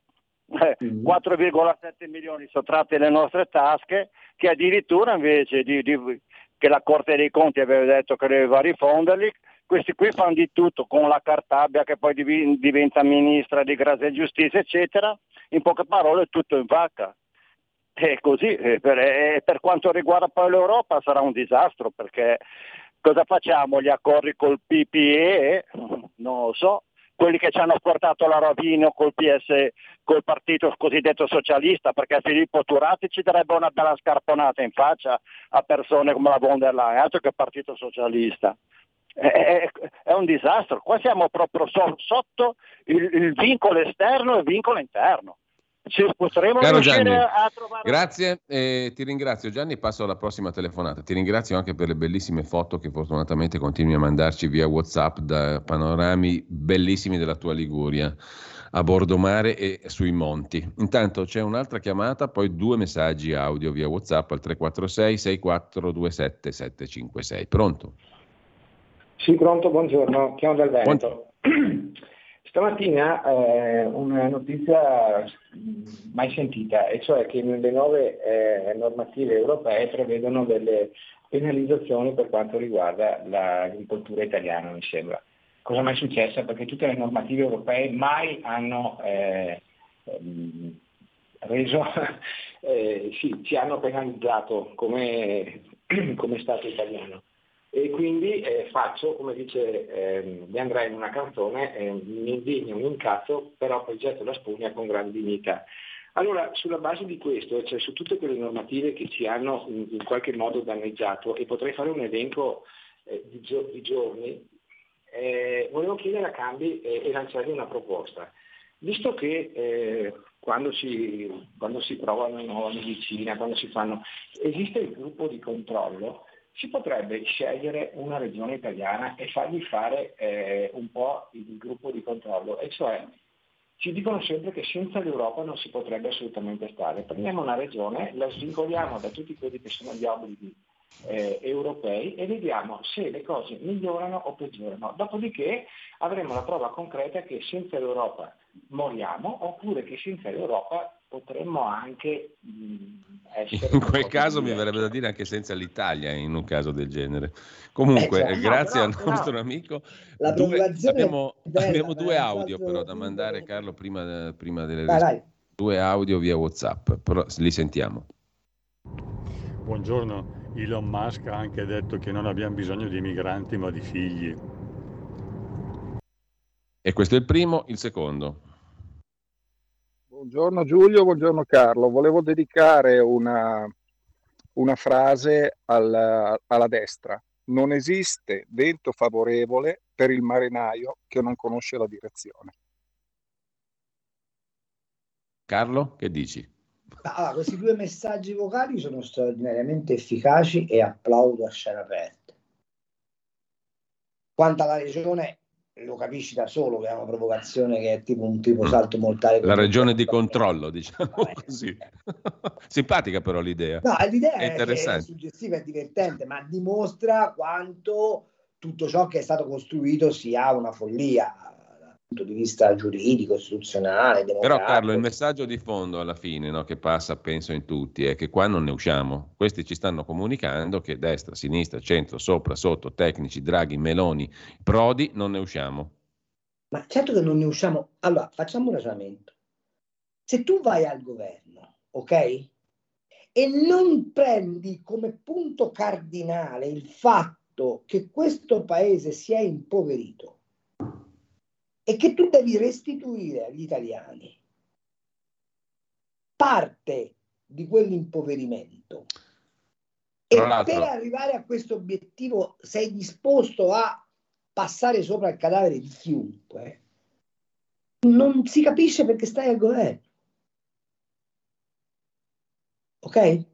4,7 milioni sottratti alle nostre tasche, che addirittura invece che la Corte dei Conti aveva detto che doveva rifonderli, questi qui fanno di tutto con la Cartabia, che poi diventa ministra di Grazia e Giustizia, eccetera. In poche parole tutto in vacca. E così, per quanto riguarda poi l'Europa, sarà un disastro, perché cosa facciamo? Gli accordi col PPE? Non lo so. Quelli che ci hanno portato alla rovina col partito cosiddetto socialista, perché Filippo Turati ci darebbe una bella scarponata in faccia a persone come la von der Leyen, altro che partito socialista. È un disastro. Qua siamo proprio sotto il vincolo esterno e il vincolo interno. Ci potremo riuscire a trovare. Grazie, ti ringrazio Gianni, passo alla prossima telefonata. Ti ringrazio anche per le bellissime foto che fortunatamente continui a mandarci via WhatsApp da panorami bellissimi della tua Liguria, a bordo mare e sui monti. Intanto c'è un'altra chiamata, poi 2 messaggi audio via WhatsApp al 346 6427 756. Pronto? Sì, pronto, buongiorno, chiamo dal Veneto. Stamattina una notizia mai sentita, e cioè che le nuove normative europee prevedono delle penalizzazioni per quanto riguarda l'agricoltura italiana, mi sembra. Cosa mai successa? Perché tutte le normative europee mai hanno ci hanno penalizzato come Stato italiano. E quindi faccio, come dice De André in una canzone, mi indigno, mi incazzo, però poi getto la spugna con grande dignità. Allora, sulla base di questo, cioè su tutte quelle normative che ci hanno in qualche modo danneggiato, e potrei fare un elenco di giorni, volevo chiedere a Cambi e lanciargli una proposta. Visto che quando si provano nuove medicine, quando si fanno, esiste il gruppo di controllo, si potrebbe scegliere una regione italiana e fargli fare un po' il gruppo di controllo, e cioè ci dicono sempre che senza l'Europa non si potrebbe assolutamente stare. Prendiamo una regione, la svincoliamo da tutti quelli che sono gli obblighi europei e vediamo se le cose migliorano o peggiorano. Dopodiché avremo la prova concreta che senza l'Europa moriamo, oppure che senza l'Europa potremmo anche essere... In quel caso mi verrebbe da dire anche senza l'Italia, in un caso del genere. Comunque, grazie al nostro amico. Abbiamo 2 audio però da mandare, Carlo, prima delle risposte. 2 audio via WhatsApp, però li sentiamo. Buongiorno. Elon Musk ha anche detto che non abbiamo bisogno di migranti ma di figli. E questo è il primo. Il secondo. Buongiorno Giulio, buongiorno Carlo. Volevo dedicare una frase alla destra. Non esiste vento favorevole per il marinaio che non conosce la direzione. Carlo, che dici? Allora, questi 2 messaggi vocali sono straordinariamente efficaci e applaudo a scena aperta. Quanto alla regione, lo capisci da solo che è una provocazione che è tipo un tipo salto mortale. La regione di controllo, diciamo così. Simpatica però l'idea. No, l'idea è interessante. È suggestiva e divertente, ma dimostra quanto tutto ciò che è stato costruito sia una follia dal punto di vista giuridico, istituzionale, democratico. Però Carlo, il messaggio di fondo alla fine, no, che passa penso in tutti, è che qua non ne usciamo. Questi ci stanno comunicando che destra, sinistra, centro, sopra, sotto, tecnici, Draghi, Meloni, Prodi, non ne usciamo. Ma certo che non ne usciamo. Allora, facciamo un ragionamento. Se tu vai al governo, ok? E non prendi come punto cardinale il fatto che questo paese si è impoverito e che tu devi restituire agli italiani parte di quell'impoverimento, e per arrivare a questo obiettivo sei disposto a passare sopra il cadavere di chiunque, non si capisce perché stai al governo. Ok?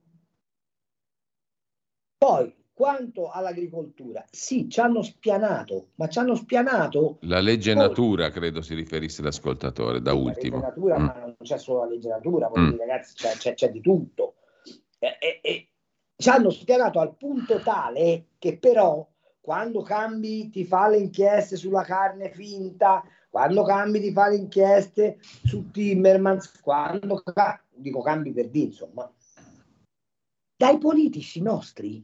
Poi, quanto all'agricoltura, sì, ci hanno spianato, ma ci hanno spianato... La legge natura, credo si riferisse l'ascoltatore, da ultimo. La legge natura, ma non c'è solo la legge natura, voglio dire, ragazzi, c'è di tutto. Ci hanno spianato al punto tale che però, quando cambi ti fa le inchieste sulla carne finta, quando cambi ti fa le inchieste su Timmermans, quando dico cambi per dire, insomma, dai politici nostri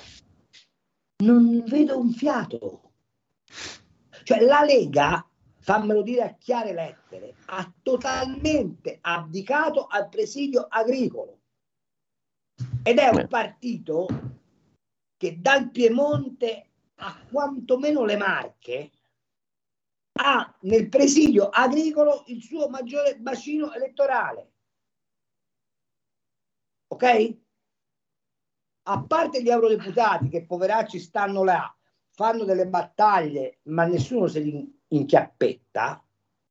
non vedo un fiato. Cioè la Lega, fammelo dire a chiare lettere, ha totalmente abdicato al presidio agricolo ed è un partito che dal Piemonte a quantomeno le Marche ha nel presidio agricolo il suo maggiore bacino elettorale. Ok? A parte gli eurodeputati che poveracci stanno là, fanno delle battaglie, ma nessuno se li inchiappetta.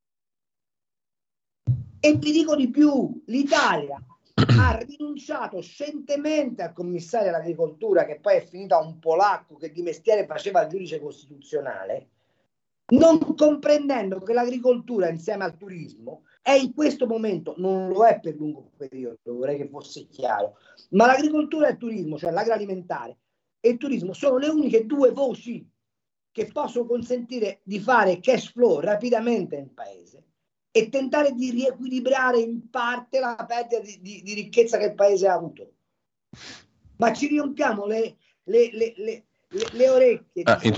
E vi dico di più, l'Italia ha rinunciato scientemente al commissario all'agricoltura, che poi è finito a un polacco che di mestiere faceva il giudice costituzionale, non comprendendo che l'agricoltura insieme al turismo è in questo momento, non lo è per lungo periodo, vorrei che fosse chiaro, ma l'agricoltura e il turismo, cioè l'agroalimentare e il turismo, sono le uniche due voci che possono consentire di fare cash flow rapidamente nel paese e tentare di riequilibrare in parte la perdita di ricchezza che il paese ha avuto. Ma ci riempiamo le orecchie. In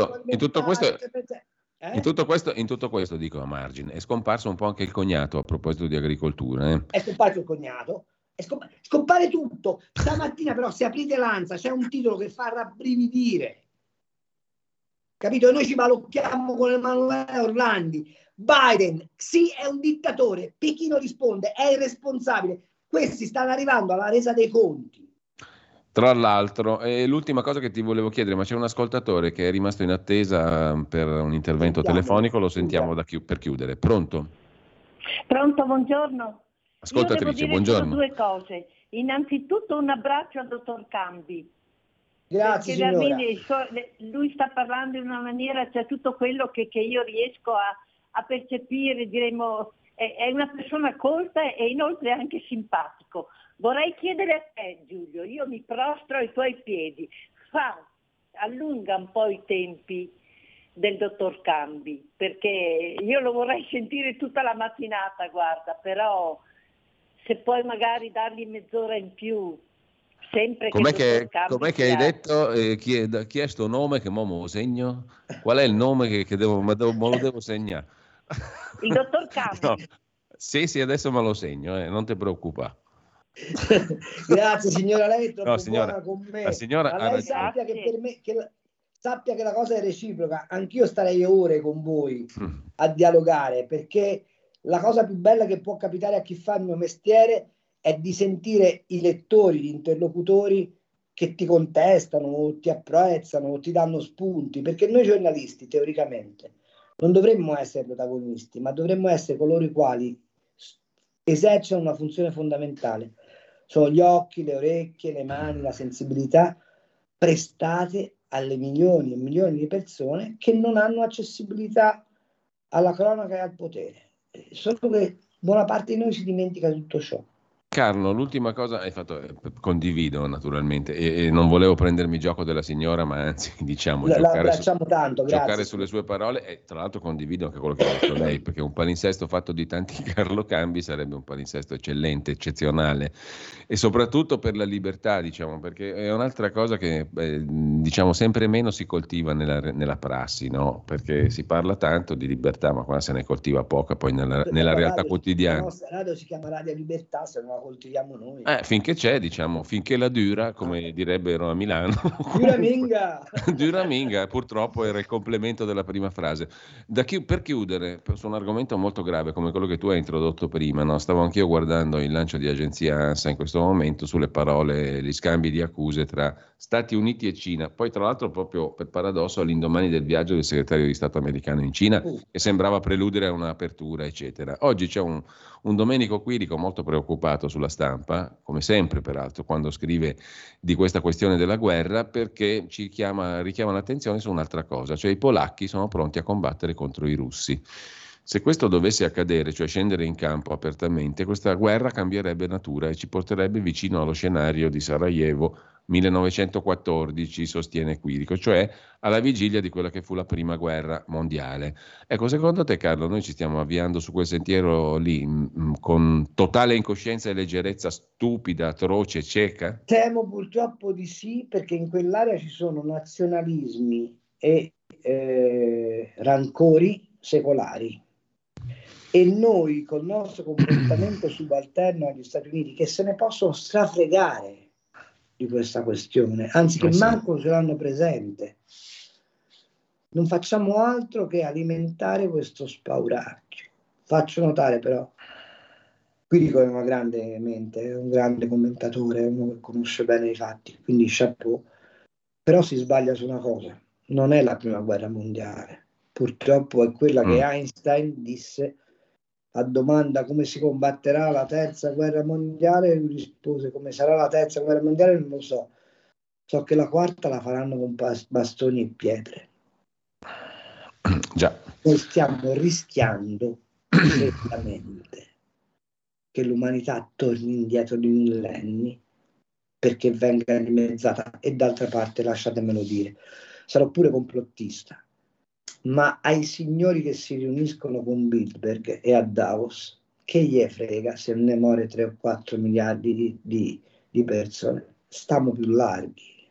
tutto questo dico a margine, è scomparso un po' anche il cognato a proposito di agricoltura. È scomparso il cognato, scompare tutto. Stamattina però, se aprite l'Ansa, c'è un titolo che fa rabbrividire. Capito? E noi ci balocchiamo con Emanuele Orlandi. Biden, sì, è un dittatore. Pechino risponde, è irresponsabile. Questi stanno arrivando alla resa dei conti. Tra l'altro, l'ultima cosa che ti volevo chiedere, ma c'è un ascoltatore che è rimasto in attesa per un intervento telefonico, lo sentiamo per chiudere. Pronto? Pronto, buongiorno. Ascoltatrice, buongiorno. Due cose. Innanzitutto un abbraccio al dottor Cambi. Grazie signora. Lui sta parlando in una maniera, cioè tutto quello che io riesco a percepire, diremo, è una persona colta e inoltre anche simpatico. Vorrei chiedere a te, Giulio, io mi prostro ai tuoi piedi, allunga un po' i tempi del dottor Cambi, perché io lo vorrei sentire tutta la mattinata, guarda, però se puoi magari dargli mezz'ora in più, sempre com'è che hai detto? Chi è sto nome che mo me lo segno? Qual è il nome che me lo devo segnare? Il dottor Cambi. No. Sì, adesso me lo segno, non ti preoccupare. Grazie signora, lei è troppo signora, buona con me. la signora ma lei sappia che per me sappia che la cosa è reciproca, anch'io starei ore con voi a dialogare, perché la cosa più bella che può capitare a chi fa il mio mestiere è di sentire i lettori, gli interlocutori che ti contestano o ti apprezzano o ti danno spunti, perché noi giornalisti teoricamente non dovremmo essere protagonisti, ma dovremmo essere coloro i quali esercitano una funzione fondamentale. Sono gli occhi, le orecchie, le mani, la sensibilità prestate alle milioni e milioni di persone che non hanno accessibilità alla cronaca e al potere. Solo che buona parte di noi si dimentica tutto ciò. Carlo, l'ultima cosa hai fatto, condivido naturalmente, e non volevo prendermi gioco della signora, ma anzi, diciamo, giocare sulle sue parole, e tra l'altro condivido anche quello che ha detto lei, perché un palinsesto fatto di tanti Carlo Cambi sarebbe un palinsesto eccellente, eccezionale, e soprattutto per la libertà, diciamo, perché è un'altra cosa che, diciamo, sempre meno si coltiva nella prassi, no? Perché si parla tanto di libertà, ma qua se ne coltiva poca poi nella realtà quotidiana. La nostra radio si chiama Radio Libertà, se non la coltiviamo noi. Finché c'è, diciamo, finché la dura, come direbbero a Milano. Duraminga! Duraminga, purtroppo era il complemento della prima frase. Per chiudere, su un argomento molto grave come quello che tu hai introdotto prima, no? Stavo anch'io guardando il lancio di agenzia ANSA in questo momento sulle parole, gli scambi di accuse tra Stati Uniti e Cina. Poi tra l'altro proprio per paradosso all'indomani del viaggio del segretario di Stato americano in Cina, che sembrava preludere a un'apertura, eccetera. Oggi c'è un Domenico Quirico molto preoccupato sulla Stampa, come sempre peraltro, quando scrive di questa questione della guerra, perché richiama l'attenzione su un'altra cosa, cioè i polacchi sono pronti a combattere contro i russi. Se questo dovesse accadere, cioè scendere in campo apertamente, questa guerra cambierebbe natura e ci porterebbe vicino allo scenario di Sarajevo 1914, sostiene Quirico, cioè alla vigilia di quella che fu la prima guerra mondiale. Ecco, secondo te, Carlo, noi ci stiamo avviando su quel sentiero lì con totale incoscienza e leggerezza stupida, atroce, cieca? Temo purtroppo di sì, perché in quell'area ci sono nazionalismi e rancori secolari. E noi, col nostro comportamento subalterno agli Stati Uniti, che se ne possono strafregare di questa questione, anzi che manco ce l'hanno presente, non facciamo altro che alimentare questo spauracchio. Faccio notare però, Quirico è una grande mente, è un grande commentatore, è uno che conosce bene i fatti, quindi chapeau, però si sbaglia su una cosa: non è la prima guerra mondiale, purtroppo è quella che Einstein disse a domanda come si combatterà la terza guerra mondiale. Lui rispose: come sarà la terza guerra mondiale non lo so, so che la quarta la faranno con bastoni e pietre. Già. Noi stiamo rischiando seriamente che l'umanità torni indietro di millenni perché venga dimezzata. E d'altra parte, lasciatemelo dire, sarò pure complottista, ma ai signori che si riuniscono con Bilderberg e a Davos, che gli frega se ne muore 3 o 4 miliardi di persone? Stiamo più larghi.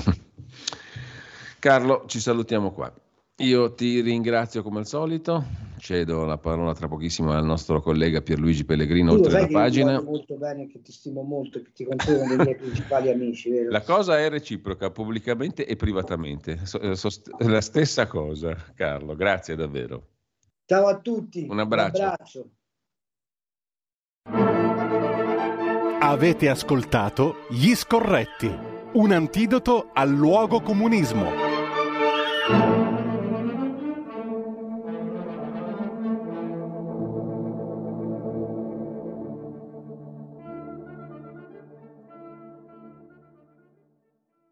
Carlo, ci salutiamo qua. Io ti ringrazio come al solito, cedo la parola tra pochissimo al nostro collega Pierluigi Pellegrino, oltre la pagina. Io molto bene, che ti stimo molto, che ti considero uno dei miei principali amici, vero? La cosa è reciproca, pubblicamente e privatamente, la stessa cosa, Carlo, grazie davvero. Ciao a tutti. Un abbraccio. Un abbraccio. Avete ascoltato Gli Scorretti, un antidoto al luogo comunismo.